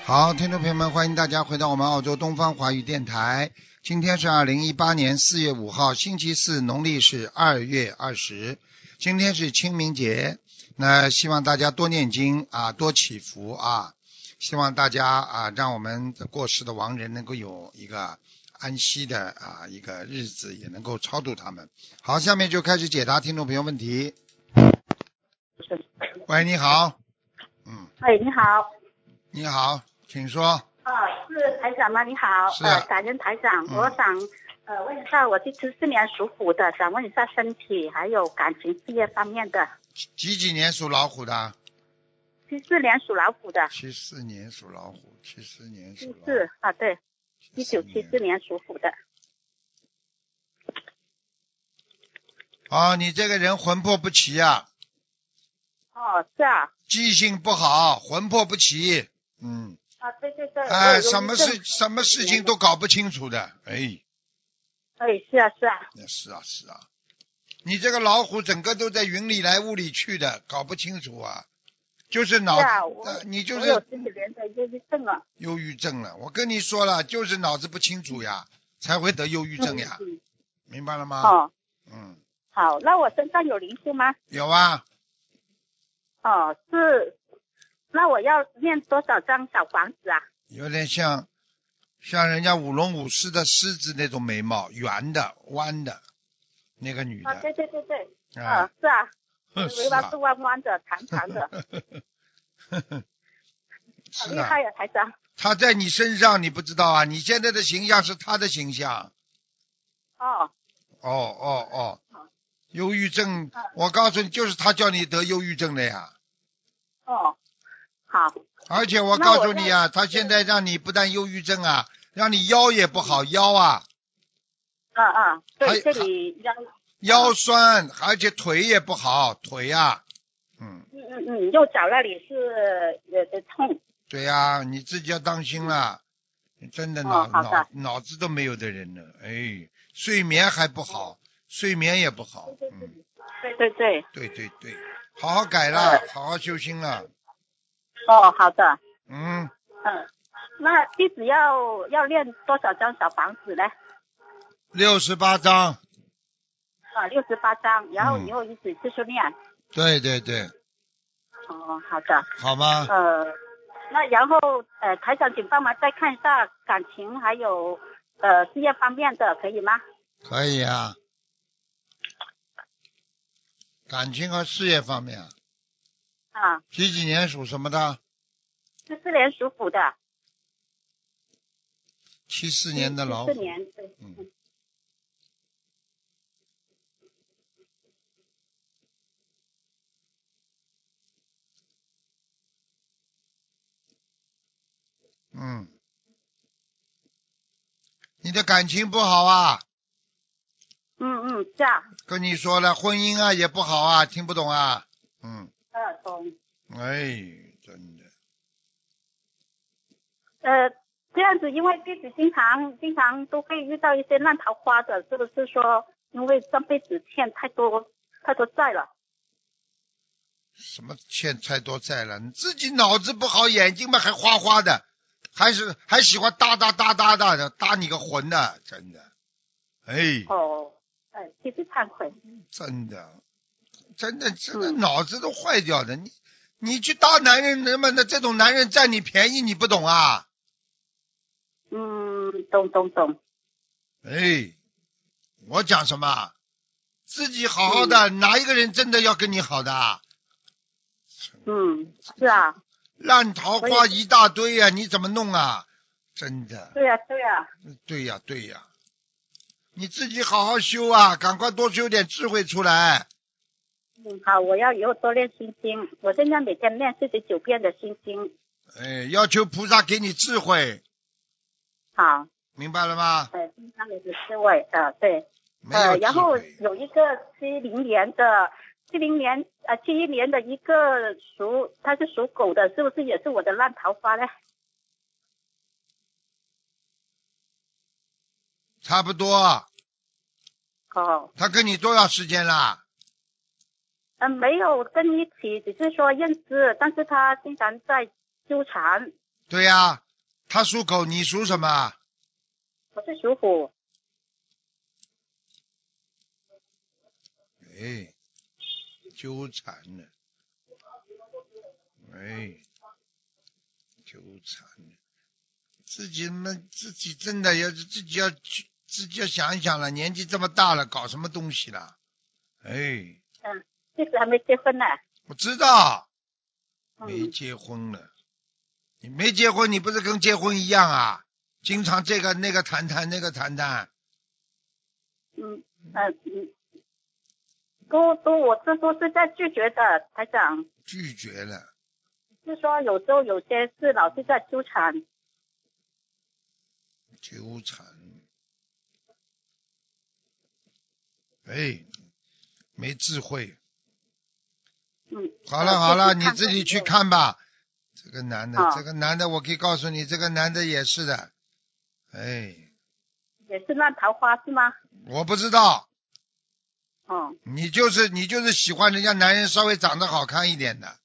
好，听众朋友们，欢迎大家回到我们澳洲东方华语电台。今天是2018年4月5号，星期四，农历是2月20。今天是清明节，那希望大家多念经啊，多祈福啊，希望大家啊，让我们过世的亡人能够有一个安息的一个日子，也能够超度他们。好，下面就开始解答听众朋友问题。喂，你好。 喂，你好。 你好，请说。 是台长吗？你好。 是感恩台长。我想问一下，我是74年属虎的，想问一下身体还有感情事业方面的。 几年属老虎的 74年属老虎的。 74年属老虎。 74啊，对，1974年属虎的。 你这个人魂魄不齐啊。 是啊。 记性不好，魂魄不齐。 对对对。 什么事情都搞不清楚的。 是啊是啊。你这个老虎整个都在云里来雾里去的，搞不清楚啊。就是脑子，你就是我有心里面的忧郁症了。 忧郁症了，我跟你说了，就是脑子不清楚呀，才会得忧郁症呀。明白了吗？ 好，那我身上有灵性吗？ 有啊。 是。那我要念多少张小房子啊？ 有点像人家舞龙舞狮的狮子那种眉毛，圆的弯的那个女的。 对对对对。是啊。 尾巴是弯弯的长长的。好厉害呀，台长。 他在你身上你不知道啊，你现在的形象是他的形象。忧郁症，我告诉你，就是他叫你得忧郁症的呀。 好。 而且我告诉你啊，他现在让你不但忧郁症啊，让你腰也不好，腰啊。 对，这里腰酸，而且腿也不好，腿啊。 右脚那里是痛。 对呀，你自己要当心了。你真的脑子都没有的人呢。睡眠还不好，睡眠也不好。对，好好改了，好好修心了。 好的。那弟子要练多少张小房子呢 ？68张。 68张，然后以后一直继续练。 对。 好的。 好吗？ 那然后台长请帮忙再看一下感情还有事业方面的，可以吗？ 可以啊。感情和事业方面啊。几年属什么的 ？74年属虎的。 74年的老虎。 74年，对。 你的感情不好啊。 是啊。 跟你说了，婚姻啊也不好啊，听不懂啊。 懂。 真的。 这样子，因为弟子经常都会遇到一些烂桃花的，是不是说因为上辈子欠太多债了？ 什么欠太多债了？你自己脑子不好，眼睛嘛还花花的，还喜欢哒的搭你个魂的，真的。 其实忏悔。 真的脑子都坏掉的。你去搭男人，那这种男人占你便宜，你不懂啊？ 懂。 我讲什么？自己好好的，哪一个人真的要跟你好的？ 是啊。 烂桃花一大堆啊，你怎么弄啊？真的。对呀。你自己好好修啊，赶快多修点智慧出来。 好，我要以后多练心经，我现在每天练49遍的心经。 要求菩萨给你智慧。 好。 明白了吗？ 心上的智慧，对。然后有一个71年的一个他是属狗的，是不是也是我的烂桃花呢？ 差不多。他跟你多少时间啦？ 没有跟一起，只是说认识，但是他经常在纠缠。 对呀，他属狗，你属什么？ 我是属虎。 哎，纠缠呢，哎，纠缠呢，自己真的自己要想一想了，年纪这么大了，搞什么东西了？哎， 其实还没结婚呢。 我知道，没嗯结婚呢。你没结婚，你不是跟结婚一样啊？经常这个那个谈谈，那个谈谈。 嗯我这都是在拒绝的，台长。 拒绝了， 是说有时候有些事老是在纠缠。 纠缠。哎，没智慧。好了好了，你自己去看吧。这个男的，这个男的，我可以告诉你，这个男的也是的。哎， 也是烂桃花是吗？ 我不知道， 哦， 你就是喜欢人家男人稍微长得好看一点的，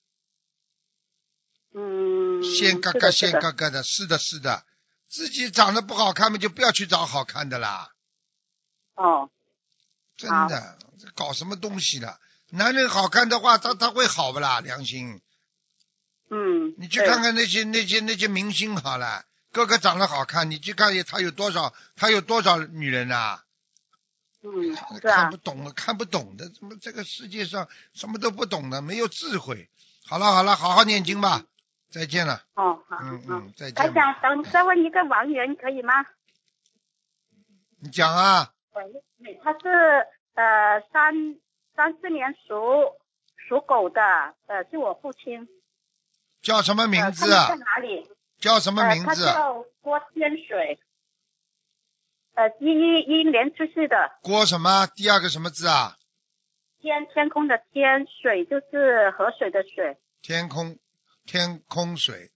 线嘎嘎线嘎嘎的，是的是的，自己长得不好看嘛，就不要去找好看的啦。 哦， 真的，这搞什么东西的？男人好看的话，他会好不啦？良心，你去看看那些明星好了，个个长得好看，你去看他有多少女人呐？ 是啊， 看不懂的，怎么这个世界上什么都不懂的，没有智慧。好了好了，好好念经吧，再见了。 哦，好， 再见。 还想再问一个亡人可以吗？ 你讲啊。 他是34年属狗的，是我父亲。 叫什么名字啊？ 他在哪里？ 叫什么名字？ 他叫郭天水。一年出世的。 郭什么？第二个什么字啊？ 天空的天，水就是河水的水。 天空水。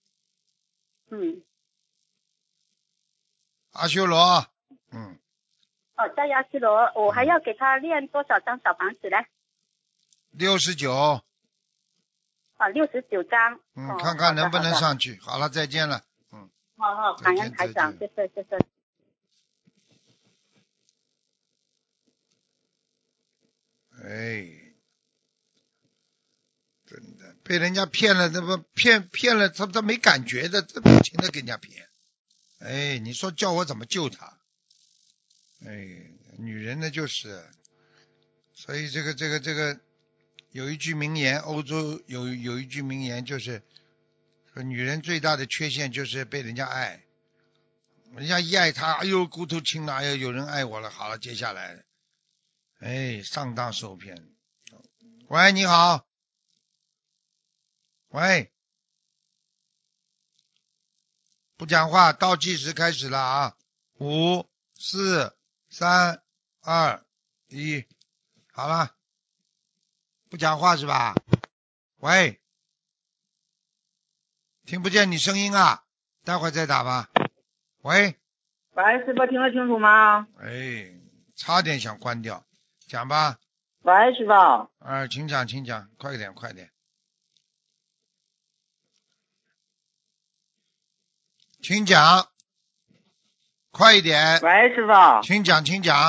阿修罗。 在阿修罗，我还要给他练多少张小房子呢 ？69。 69张。 看看能不能上去。好了，再见了。 好，感恩台长，谢谢。 哎，真的被人家骗了，这不骗了，他没感觉的，这不停的给人家骗。哎，你说叫我怎么救他？哎，女人呢就是，所以这个有一句名言，欧洲有一句名言，就是说女人最大的缺陷就是被人家爱，人家一爱她，哎呦骨头轻了，哎呦有人爱我了，好了，接下来，哎，上当受骗。喂，你好。喂，不讲话，倒计时开始了啊！5、4、3、2、1，好了，不讲话是吧？喂，听不见你声音啊，待会儿再打吧。喂， 喂，师傅听得清楚吗？ 哎，差点想关掉，讲吧。 喂，师傅。 请讲，快点。请讲，快一点。 喂，师傅。 请讲。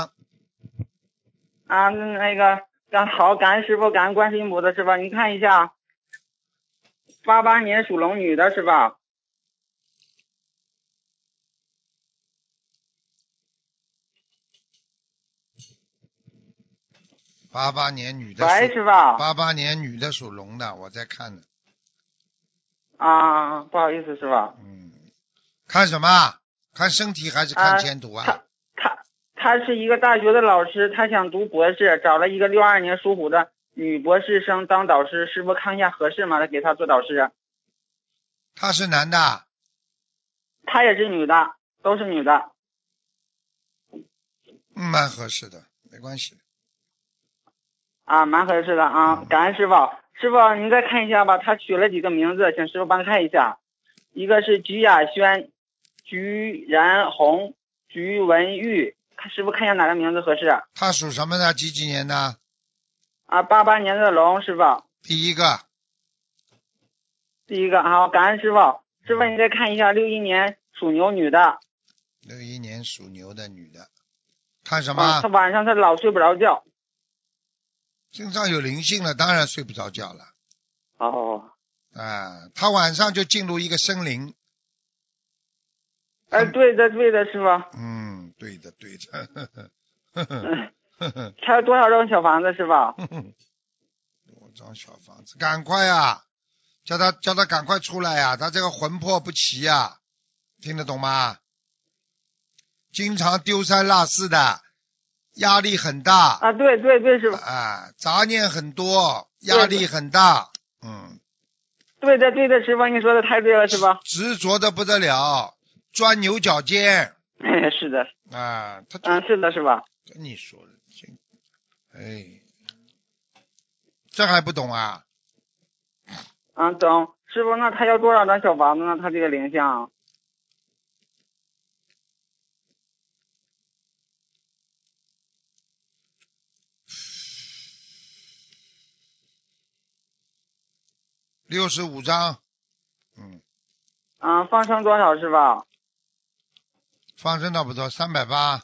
那个，好，感恩师傅，感恩观世音菩萨，师傅，您看一下，88年属龙女的是吧 ？88年女的。 喂，师傅。 88年女的属龙的，我在看呢。 不好意思，师傅。 看什么？看身体还是看前途啊？ 他是一个大学的老师，他想读博士，找了一个62年属虎的女博士生当导师，师傅看一下合适吗？来给他做导师。 他是男的？ 他也是女的，都是女的。 蛮合适的，没关系。 蛮合适的啊，感恩师傅。师傅您再看一下吧，他取了几个名字，请师傅帮看一下。一个是菊雅轩、菊然红、菊文玉，师傅看一下哪个名字合适。 他属什么的？几年的 ？88年的龙，师傅。 第一个， 好，感恩师傅。 师傅你再看一下61年属牛女的。 61年属牛的女的，看什她么？ 晚上她老睡不着觉。 身上有灵性了，当然睡不着觉了。 哦。 啊，她晚上就进入一个森林。 对的对的，师傅。 对的对的。 她要多少张小房子，师傅？ 多张小房子，赶快啊！叫他赶快出来呀！他这个魂魄不齐呀，听得懂吗？经常丢三落四的，压力很大。 啊，对对对，师傅。 啊，杂念很多，压力很大。 对的对的，师傅你说的太对了，师傅。 执着的不得了，钻牛角尖。 是的。 啊， 是的，师傅。 跟你说的，这还不懂啊？ 懂。师傅，那他要多少张小房子呢？他这个灵性。 65张。 放生多少，师傅？ 放生到不多380。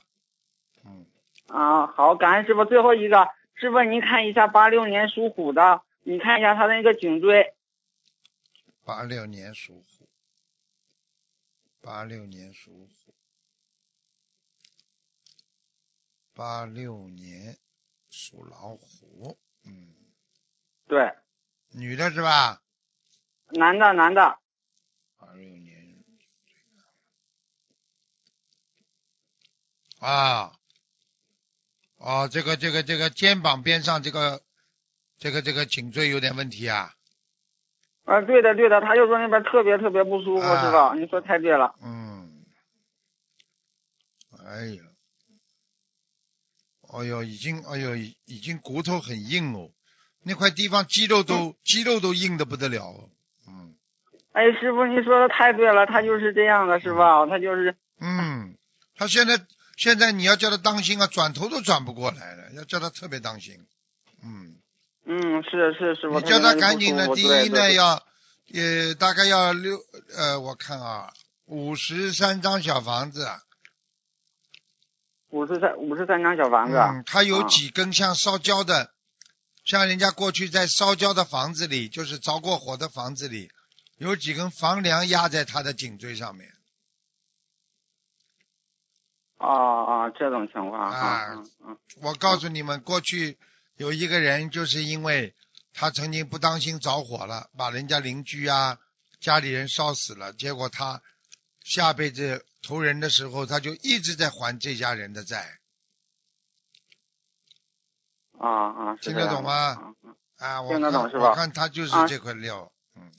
好，感恩师傅。最后一个，师傅您看一下86年属虎的，你看一下他的那个颈椎。 86年属虎。86年属虎。86年属老虎。 对。 女的是吧？ 男的。 86年。啊。这个肩膀边上这个颈椎有点问题啊。 对的，他就说那边特别特别不舒服，师傅，你说太对了。已经骨头很硬哦，那块地方肌肉都硬得不得了哦。师傅你说的太对了，他就是这样的，师傅，他就是。 他现在你要叫他当心啊，转头都转不过来了，要叫他特别当心。 是师傅。 你叫他赶紧的，第一呢大概要我看啊，53张小房子。 53张小房子。 他有几根像烧焦的，像人家过去在烧焦的房子里，就是着过火的房子里，有几根房梁压在他的颈椎上面。 这种情况。 我告诉你们，过去有一个人就是因为他曾经不当心着火了，把人家邻居啊家里人烧死了，结果他下辈子投人的时候，他就一直在还这家人的债。听得懂吗？ 听得懂是吧？ 我看他就是这块料。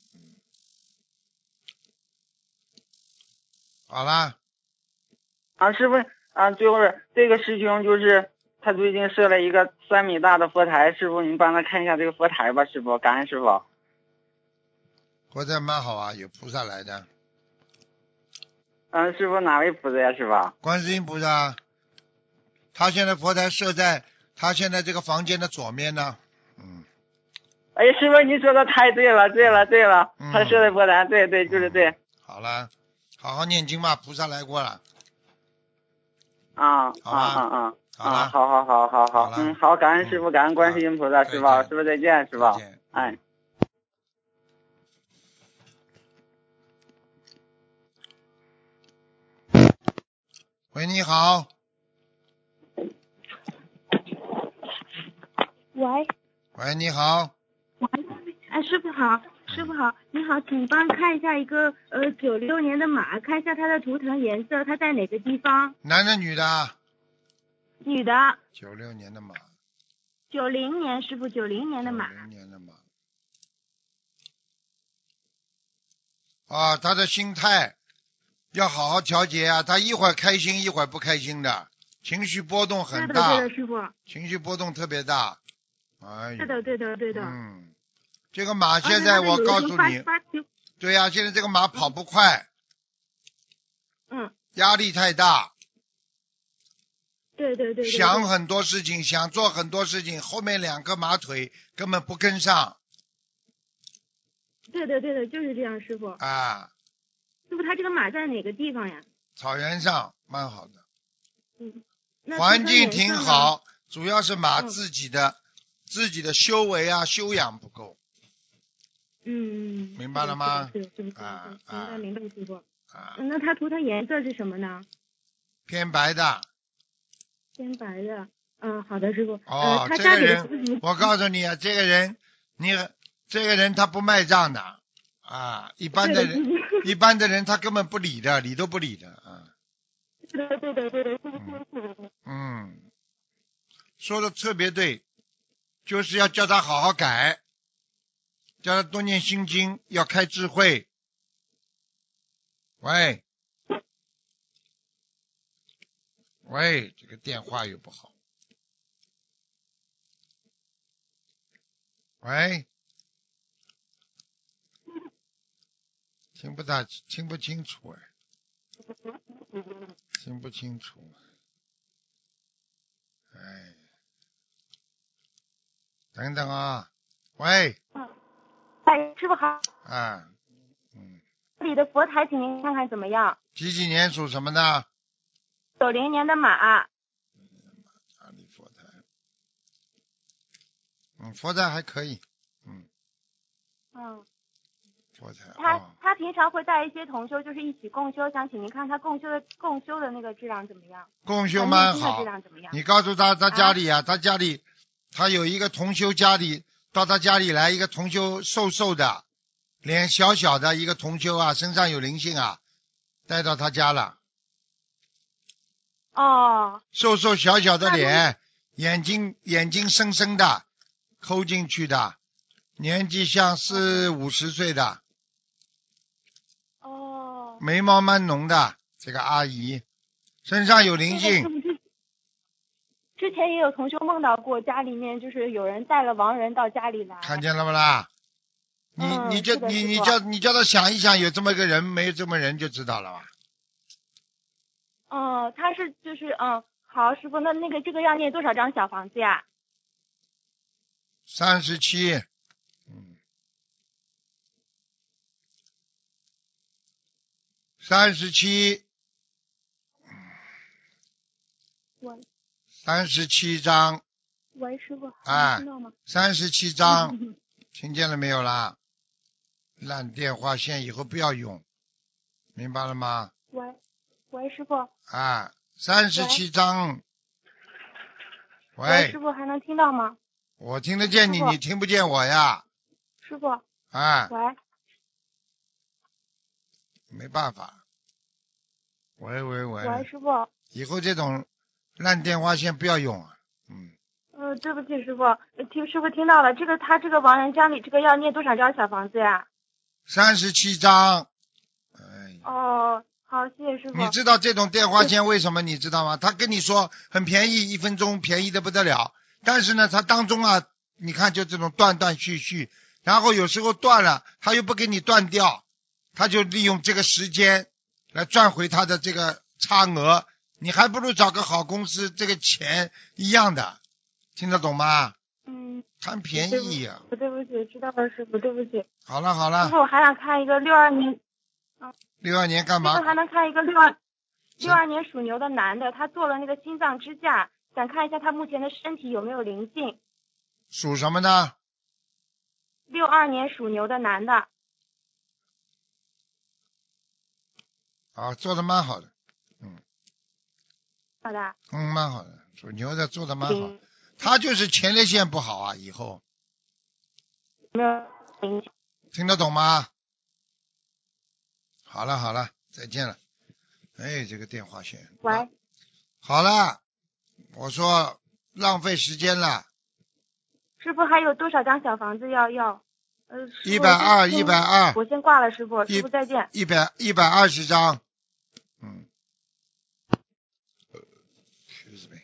好啦。 师傅最后这个师兄就是他最近设了一个3米大的佛台，师傅您帮他看一下这个佛台吧，师傅，感恩师傅。 佛台蛮好啊，有菩萨来的。 师傅哪位菩萨呀，师傅？ 观世音菩萨。他现在佛台设在他现在这个房间的左面呢。 师傅你说的太对了，他设的佛台，对，就是对。 好了，好好念经吧，菩萨来过了。 好，好，感恩师傅，感恩观世音菩萨，师傅再见，师傅。 喂，你好。喂，你好。 师傅好，你好，请帮看一下一个96年的马，看一下它的图腾颜色，它在哪个地方？ 男的女的？ 女的。 96年的马。 90年，师傅，90年的马。 90年的马。他的心态要好好调节啊，他一会儿开心一会儿不开心的，情绪波动很大。 对的，师傅。 情绪波动特别大。 对的。 这个马现在我告诉你，对呀，现在这个马跑不快。压力太大。 对。 想很多事情，想做很多事情，后面2个马腿根本不跟上。 对，就是这样，师傅。 师傅他这个马在哪个地方呀？ 草原上蛮好的， 那环境挺好，主要是马嗯自己的修为啊修养不够。明白了吗？ 是的，明白师傅。那它图腾颜色是什么呢？ 偏白的。 偏白的。好的，师傅。他这家里个人，我告诉你啊，这个人他不卖账的啊，一般的人他根本不理的，理都不理的啊。 对的。 说的特别对，就是要叫他好好改，叫他多念心经，要开智慧。喂，这个电话又不好。喂，听不清楚哎，听不清楚。哎，等等啊，喂。 师傅好。 这里的佛台，请您看看怎么样？ 几年属什么的 ？90年的马。 家里佛台，佛台还可以，佛台。 他平常会带一些同修，就是一起共修，想请您看他共修的那个质量怎么样？ 共修蛮好。你告诉他家里啊，他有一个同修家里，到他家里来一个同修瘦的，脸小小的一个同修啊，身上有灵性啊，带到他家了。瘦小的脸，眼睛深深的，抠进去的，年纪像40-50岁的。眉毛蛮浓的，这个阿姨身上有灵性。 之前也有同修梦到过，家里面就是有人带了亡人到家里来。 看见了不啦？你叫他想一想，有这么个人，没有这么人就知道了吧？ 他是好，师傅，那个这个要念多少张小房子呀 ？37。37。37张。 喂，师傅，听到吗 ？37张，听见了没有啦？烂电话线以后不要用，明白了吗？ 喂，师傅。 37张。 喂，师傅还能听到吗？ 我听得见你，你听不见我呀？ 师傅。 喂。没办法。喂。 喂，师傅。 以后这种烂电话线不要用啊。 对不起，师傅，师傅听到了，他这个亡人家里这个要念多少张小房子呀 ？37张。 好，谢谢师傅。 你知道这种电话线为什么你知道吗？他跟你说很便宜，1分钟便宜的不得了，但是呢，他当中啊，你看就这种断续，然后有时候断了，他又不给你断掉，他就利用这个时间来赚回他的这个差额，你还不如找个好公司，这个钱一样的，听得懂吗？贪便宜呀。 对不起，知道了，师傅，对不起。 好了。 师傅，我还想看一个62年。 62年干嘛？ 师傅还能看一个62年属牛的男的，他做了那个心脏支架，想看一下他目前的身体有没有灵性。 属什么的 ？62年属牛的男的。 做的蛮好的。 好的。 蛮好的，属牛的做的蛮好。他就是前列腺不好啊，以后。听得懂吗？好了，再见了。这个电话线。 喂。 好了，我说浪费时间了。 师傅还有多少张小房子要 ？120。 我先挂了，师傅再见。 120张。Excuse me。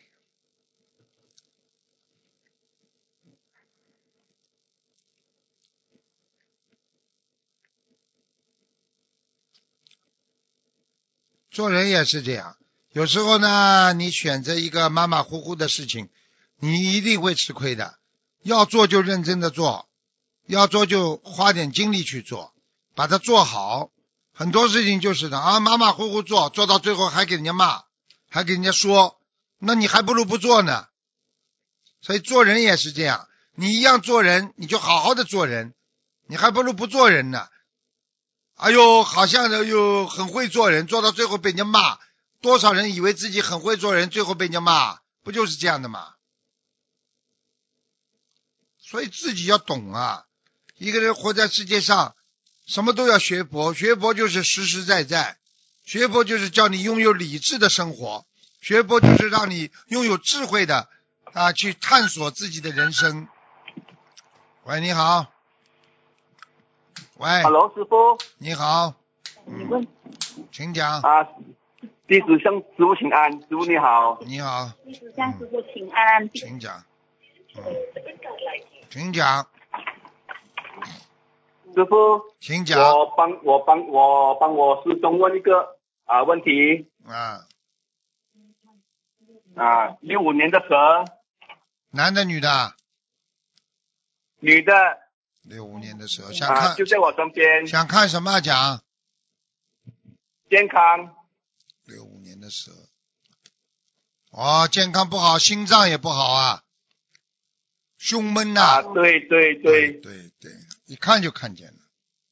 做人也是这样，有时候呢，你选择一个马马虎虎的事情，你一定会吃亏的。要做就认真的做，要做就花点精力去做，把它做好。 很多事情就是的啊，马马虎虎做到最后还给人家骂，还给人家说，那你还不如不做呢。所以做人也是这样，你一样做人，你就好好的做人，你还不如不做人呢。哎呦，好像很会做人，做到最后被人家骂，多少人以为自己很会做人，最后被人家骂，不就是这样的吗？所以自己要懂啊，一个人活在世界上，什么都要学佛，学佛就是实实在在，学佛就是叫你拥有理智的生活，学佛就是让你拥有智慧的去探索自己的人生。喂，你好。喂 Hello， 师傅。 你好。 你问。 请讲。 弟子向师傅请安，师傅你好。 你好。 弟子向师傅请安。 请讲。请讲。 师傅， 请讲。 我帮我师兄问一个问题。65年的蛇。 男的女的？ 女的。 65年的蛇，想看就在我身边。 想看什么讲？ 健康。 65年的蛇。健康不好，心脏也不好啊，胸闷呐。 对， 一看就看见了。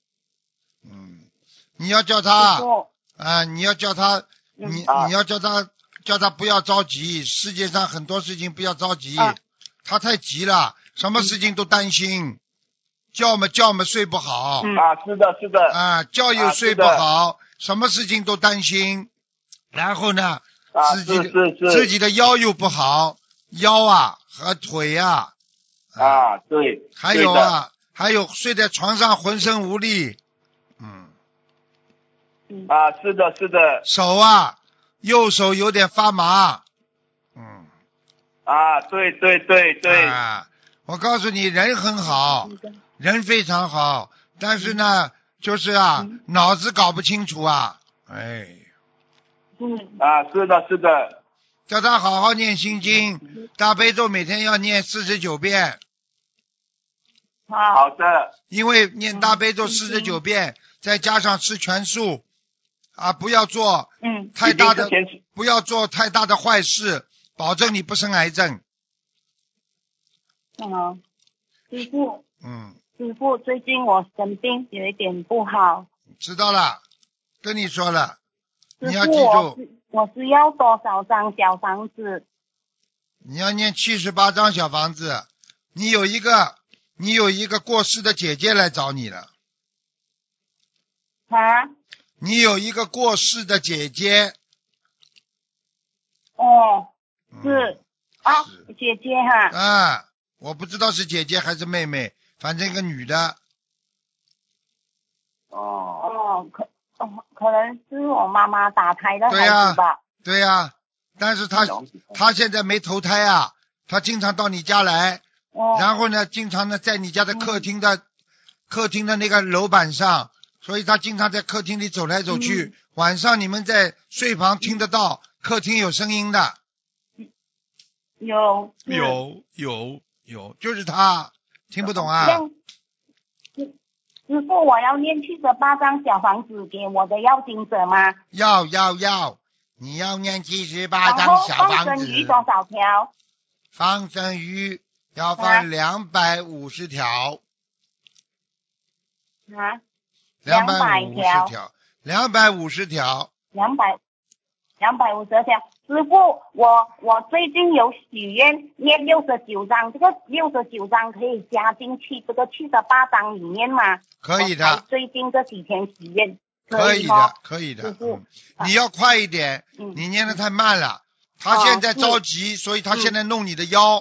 你要叫他你要叫他，你要叫他不要着急，世界上很多事情不要着急，他太急了，什么事情都担心，觉嘛睡不好。 是的。 觉又睡不好，什么事情都担心，然后呢，自己的腰又不好，腰和腿对。 还有睡在床上浑身无力。 是的。 手右手有点发麻。 对。 我告诉你，人很好，人非常好，但是呢，就是脑子搞不清楚是的。 叫他好好念心经，大悲咒每天要念49遍。 好的。 因为念大悲咒49遍，再加上吃全素不要做太大的坏事，保证你不生癌症。 师傅，最近我生病有一点不好。 知道了，跟你说了，你要记住。 我是要多少张小房子？ 你要念78张小房子。你有一个过世的姐姐来找你了。你有一个过世的姐姐。 是姐姐我不知道是姐姐还是妹妹，反正一个女的。 可能是我妈妈打胎的孩子吧。 对呀，但是她现在没投胎她经常到你家来，然后呢，经常呢在你家的客厅的那个楼板上，所以她经常在客厅里走来走去。晚上你们在睡房听得到客厅有声音的。 有， 就是她，听不懂师傅，我要念78张小房子给我的要经者吗？ 要，你要念78张小房子。 放生鱼多少条？ 放生鱼要放250条。250条。250条。 250条。师傅，我最近有许愿念69张，这个69张可以加进去这个78张里面吗？ 可以的。 最近这几天许愿。 可以的。师傅，你要快一点，你念得太慢了。他现在着急，所以他现在弄你的腰。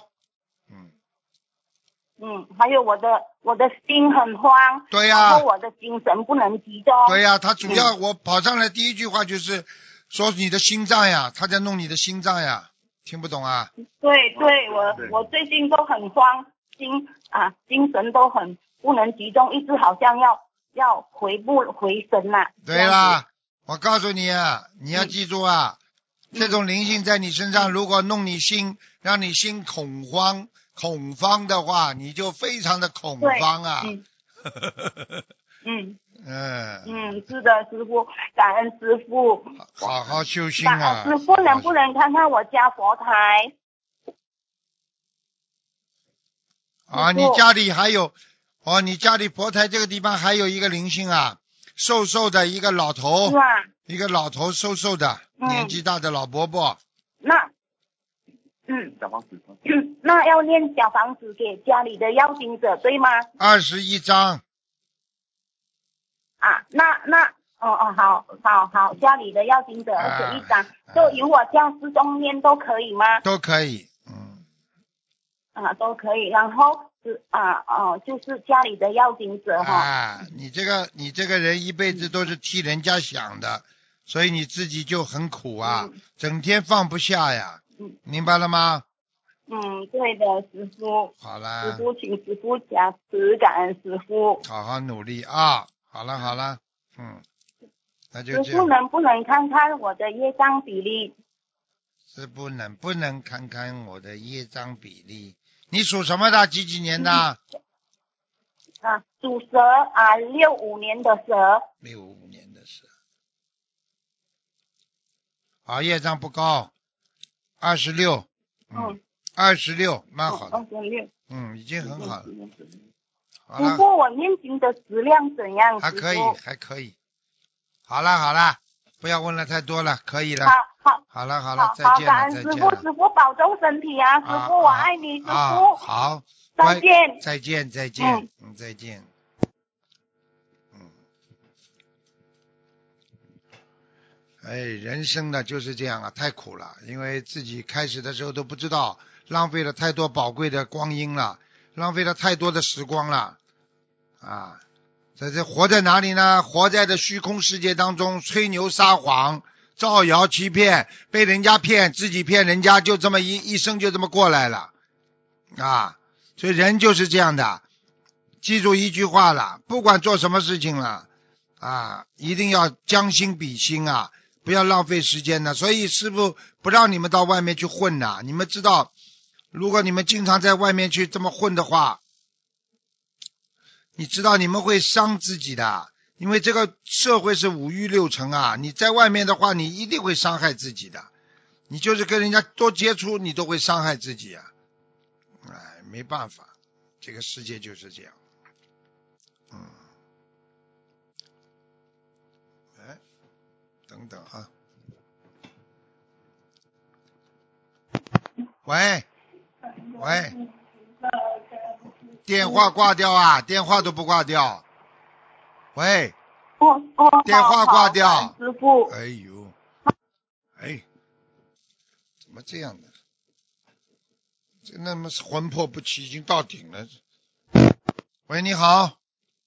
还有我的心很慌。 对呀。 然后我的精神不能集中。 对呀，他主要我跑上来第一句话就是说你的心脏呀，他在弄你的心脏呀，听不懂对，我最近都很慌，精神都很不能集中，一直好像要回神对啦，我告诉你你要记住这种灵性在你身上，如果弄你心，让你心恐慌的话，你就非常的恐慌是的，师傅，感恩师傅。 好好修心啊！ 师傅能不能看看我家佛台？ 啊，你家里还有你家里佛台这个地方还有一个灵性啊，瘦瘦的一个老头， 是啊， 一个老头瘦瘦的，年纪大的老伯伯。 小房子。 那要念小房子给家里的要经者，对吗 ？21张。 好，家里的要经者21张，就由我家师兄念都可以吗？ 都可以， 都可以。然后就是家里的要经者你这个人一辈子都是替人家想的，所以你自己就很苦啊，整天放不下呀，明白了吗？ 对的，师傅。 好啦， 师傅请师傅加持，感恩师傅。 好好努力啊！好了，那就这样。 师傅能不能看看我的业障比例？ 师傅能不能看看我的业障比例？你属什么的？几年的？ 属蛇65年的蛇。 65年的蛇。业障不高，26。26，蛮好的。 26。 已经很好了。好了。师傅，我念经的质量怎样？ 还可以。好了，不要问了太多了，可以了。好了，再见了。 感恩师傅，师傅保重身体啊！师傅，我爱你，师傅。 好， 再见。 再见。再见。人生呢就是这样啊，太苦了，因为自己开始的时候都不知道，浪费了太多宝贵的光阴了，浪费了太多的时光了在这活在哪里呢？活在这虚空世界当中，吹牛撒谎，造谣欺骗，被人家骗，自己骗人家，就这么一生就这么过来了所以人就是这样的，记住一句话了，不管做什么事情了一定要将心比心不要浪费时间所以师父不让你们到外面去混你们知道，如果你们经常在外面去这么混的话，你知道你们会伤自己的，因为这个社会是五欲六尘你在外面的话，你一定会伤害自己的，你就是跟人家多接触，你都会伤害自己没办法，这个世界就是这样。等等喂，电话挂掉电话都不挂掉。喂，电话挂掉。 师傅。 哎呦，怎么这样的？这那么魂魄不齐，已经到顶了。喂，你好。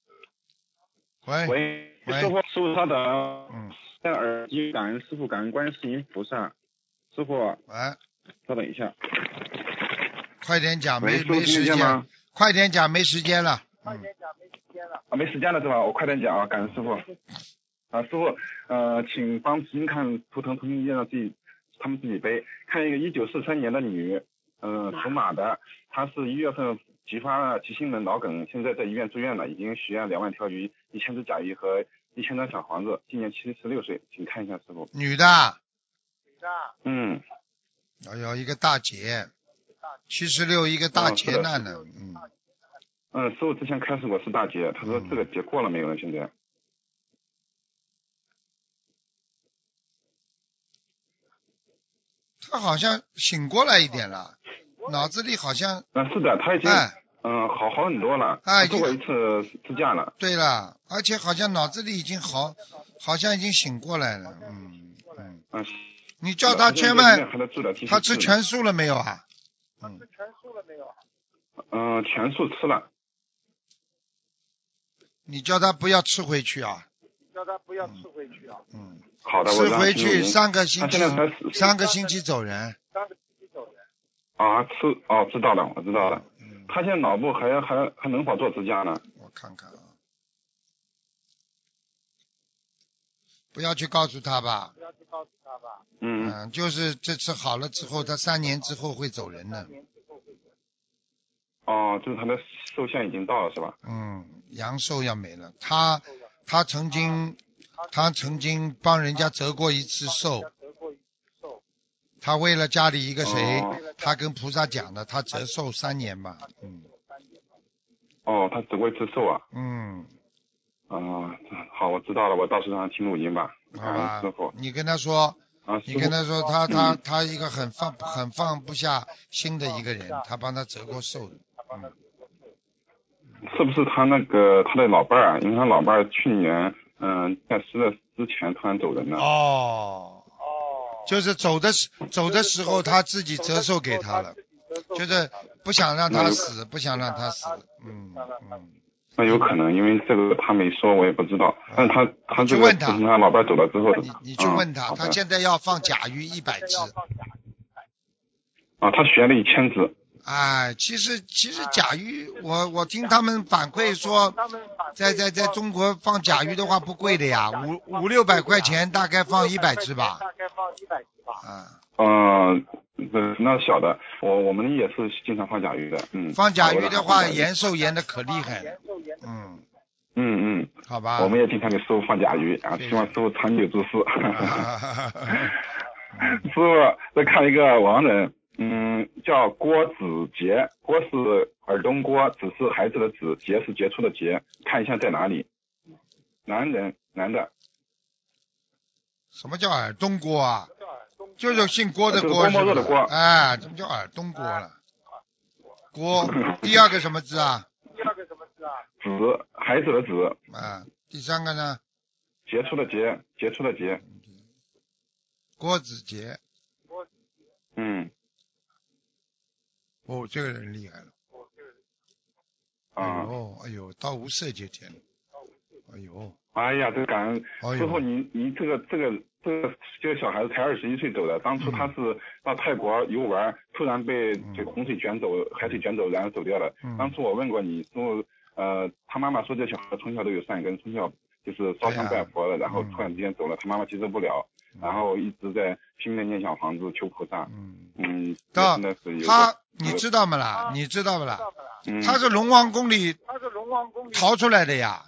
喂，师傅稍等。戴耳机，感恩师傅，感恩观世音菩萨。师傅，稍等一下。 快点讲，没时间。快点讲，没时间了。 没时间了是吧？我快点讲感恩师傅。师傅，请帮您看图腾让他们自己背。看一个1943年的女，属马的，她是1月份急发了急性的脑梗，现在在医院住院了，已经许愿2万条鱼、1000只甲鱼和1000张小房子，今年76岁，请看一下师傅。 女的。有一个大姐，76一个大劫难的。 师傅之前开始过是大劫，他说这个劫过了没有呢？现在。 他好像醒过来一点了，脑子里好像。 是的，他已经好很多了。做过一次支架了。 对了，而且好像脑子里已经好像已经醒过来了。你叫他千万，他吃全素了没有全素吃了。 你叫他不要吃回去好的， 吃回去3个星期走人。 知道了，我知道了。他现在脑部还能否做支架呢？ 我看看不要去告诉他吧。就是这次好了之后，他3年之后会走人的。 就是他的寿限已经到了是吧？ 阳寿要没了。他曾经帮人家折过一次寿。他为了家里一个谁，他跟菩萨讲的，他折寿3年吧。 他折过一次寿啊。好，我知道了，我到时候让他听录音吧。 好吧， 师傅， 你跟他说， 师傅他一个很放不下心的一个人，他帮他折过寿的。 是不是他的老伴儿啊？因为他老伴儿去年在10月之前突然走人了。 就是走的时候他自己折寿给他了，就是不想让他死。 那有可能，因为这个他没说，我也不知道。但是他这个问他， 是他老伴走了之后的。 你去问他，他现在要放甲鱼100只。 他学了1000只。 其实甲鱼，我听他们反馈说，在中国放甲鱼的话不贵的呀，500-600块钱大概放100只吧。 那小的，我们也是经常放甲鱼的。 放甲鱼的话，延寿延的可厉害了。好吧。 我们也经常给师傅放甲鱼啊，希望师傅长久住世。师傅再看一个亡人。叫郭子杰，郭是耳东郭，子是孩子的子，杰是杰出的杰，看一下在哪里。男人，男的。 什么叫耳东郭啊？就是姓郭的郭是的郭。 怎么叫耳东郭了？郭，第二个什么字啊？ 子，孩子的子。 第3个呢？ 杰出的杰，杰出的杰。 郭子杰。这个人厉害了。哎呦，到无色界天了。哎呀， 这感恩师傅，你这个小孩子才21岁走的，当初他是到泰国游玩，突然被这个洪水卷走，海水卷走，然后走掉了。当初我问过你，说他妈妈说这小孩从小都有善根，从小就是烧香拜佛的，然后突然之间走了，他妈妈接受不了，然后一直在拼命念小房子求菩萨。 你知道不啦？他是龙王宫里逃出来的呀。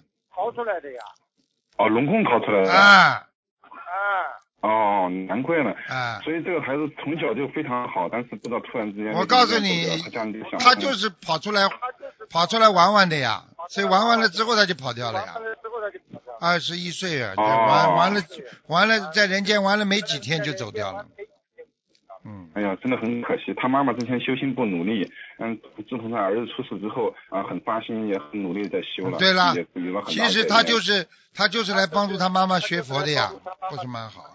龙宫逃出来的。难怪呢。所以这个孩子从小就非常好，但是不知道突然之间。我告诉你，他就是跑出来玩玩的呀，所以玩完了之后他就跑掉了呀。21岁啊，玩了在人间玩了没几天就走掉了。 哎呀，真的很可惜，他妈妈之前修心不努力，自从他儿子出事之后很发心，也很努力在修了。 对了， 其实他就是来帮助他妈妈学佛的呀，不是蛮好。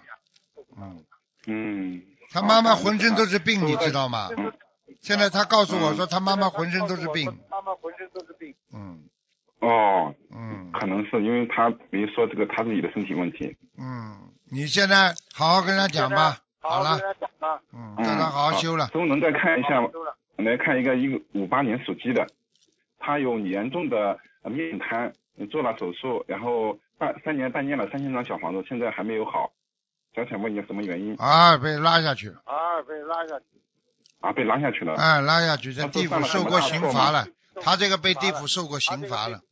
他妈妈浑身都是病，你知道吗？现在他告诉我说他妈妈浑身都是病。 可能是因为他没说这个他自己的身体问题。 你现在好好跟他讲吧。好了，叫他好好修了。 师傅能再看一下吗？来看一个58年属鸡的，他有严重的面瘫，做了手术，然后3年半念了3000张小房子，现在还没有好，想问你什么原因？ 被拉下去了。 被拉下去了。 拉下去，在地府受过刑罚了。他这个被地府受过刑罚了。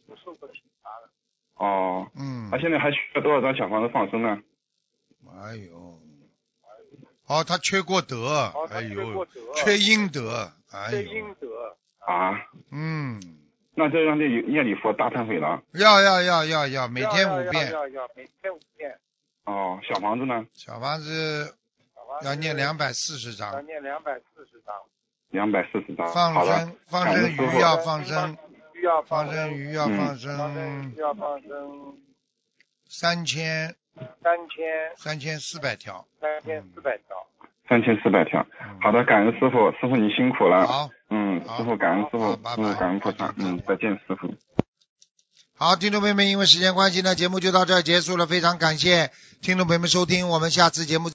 他现在还需要多少张小房子放生呢？ 他缺过德，缺阴德， 那就让这念礼佛大忏悔了。 要，每天5遍。 小房子呢？ 小房子要念240张。 240张。 放生鱼要放生。放生鱼要放生3400条。 3400条。好的，感恩师傅，师傅你辛苦了。 好。 师傅感恩师傅，感恩菩萨。再见师傅。 好，听众朋友们，因为时间关系呢，节目就到这儿结束了，非常感谢听众朋友们收听，我们下次节目